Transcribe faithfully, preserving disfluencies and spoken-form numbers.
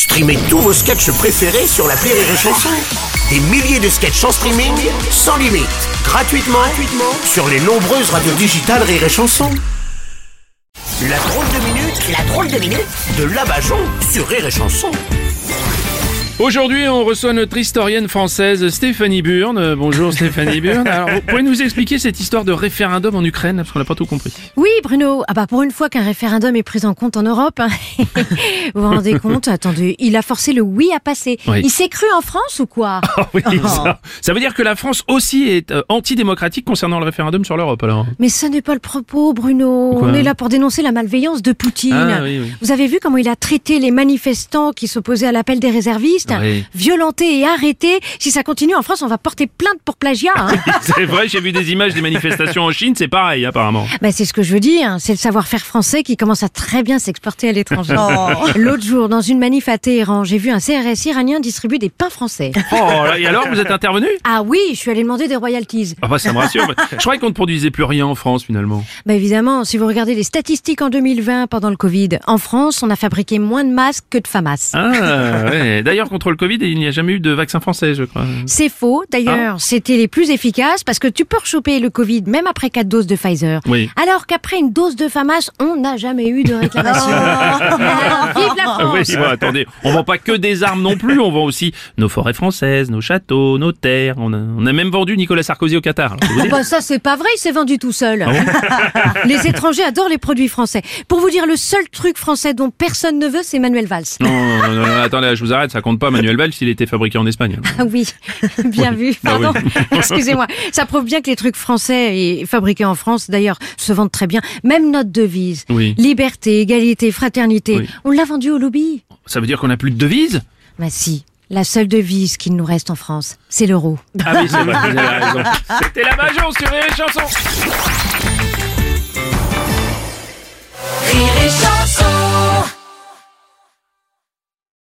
Streamez tous vos sketchs préférés sur l'appli Rire et Chanson. Des milliers de sketchs en streaming, sans limite, gratuitement, gratuitement sur les nombreuses radios digitales Rire et Chanson. La drôle de minute, la drôle de minute de Labajon sur Rire et Chanson. Aujourd'hui, on reçoit notre historienne française Stéphanie Burn. Euh, bonjour Stéphanie Burn. Alors, vous pouvez nous expliquer cette histoire de référendum en Ukraine, parce qu'on n'a pas tout compris. Oui, Bruno. Ah bah pour une fois qu'un référendum est pris en compte en Europe, hein. Vous vous rendez compte? Attendez, il a forcé le oui à passer. Oui. Il s'est cru en France ou quoi? Ah oui, ça, ça veut dire que la France aussi est euh, antidémocratique concernant le référendum sur l'Europe, alors. Mais ce n'est pas le propos, Bruno. Quoi? On est là pour dénoncer la malveillance de Poutine. Ah, oui, oui. Vous avez vu comment il a traité les manifestants qui s'opposaient à l'appel des réservistes? Oui. Violentés et arrêtés. Si ça continue en France, on va porter plainte pour plagiat. Hein. C'est vrai, j'ai vu des images des manifestations en Chine, c'est pareil apparemment. Bah c'est ce que je veux dire, c'est le savoir-faire français qui commence à très bien s'exporter à l'étranger. L'autre jour, dans une manif à Téhéran, j'ai vu un C R S iranien distribuer des pains français. Oh là, et alors vous êtes intervenu? Ah oui, je suis allée demander des royalties. Ah bah ça me rassure. Je croyais qu'on ne produisait plus rien en France finalement. Bah évidemment, si vous regardez les statistiques en deux mille vingt pendant le Covid, en France, on a fabriqué moins de masques que de FAMAS. Ah ouais. D'ailleurs contre le Covid, il n'y a jamais eu de vaccin français, je crois. C'est faux, d'ailleurs, c'était les plus efficaces parce que tu peux rechoper le Covid même après quatre doses de Pfizer. Oui. Alors qu'après une dose de FAMAS, on n'a jamais eu de réclamation. Vive la Ah France! oui, bon, attendez, on vend pas que des armes non plus, on vend aussi nos forêts françaises, nos châteaux, nos terres. On a, on a même vendu Nicolas Sarkozy au Qatar. Alors, je peux vous dire. Bah ça c'est pas vrai, il s'est vendu tout seul. Ah Les étrangers adorent les produits français. Pour vous dire, le seul truc français dont personne ne veut, c'est Manuel Valls. Non, non, non, non, attendez, je vous arrête, ça compte pas. Manuel Valls, il était fabriqué en Espagne. Ah oui, bien vu, Ah pardon, oui. excusez-moi. Ça prouve bien que les trucs français et fabriqués en France, d'ailleurs, se vendent très bien. Même notre devise, Oui. liberté, égalité, fraternité, Oui. on l'a vendue au lobby. Ça veut dire qu'on n'a plus de devise? Bah si, la seule devise qu'il nous reste en France, c'est l'euro. Ah oui, c'est vrai, vous avez raison. C'était la Bajon sur Rire et Chanson.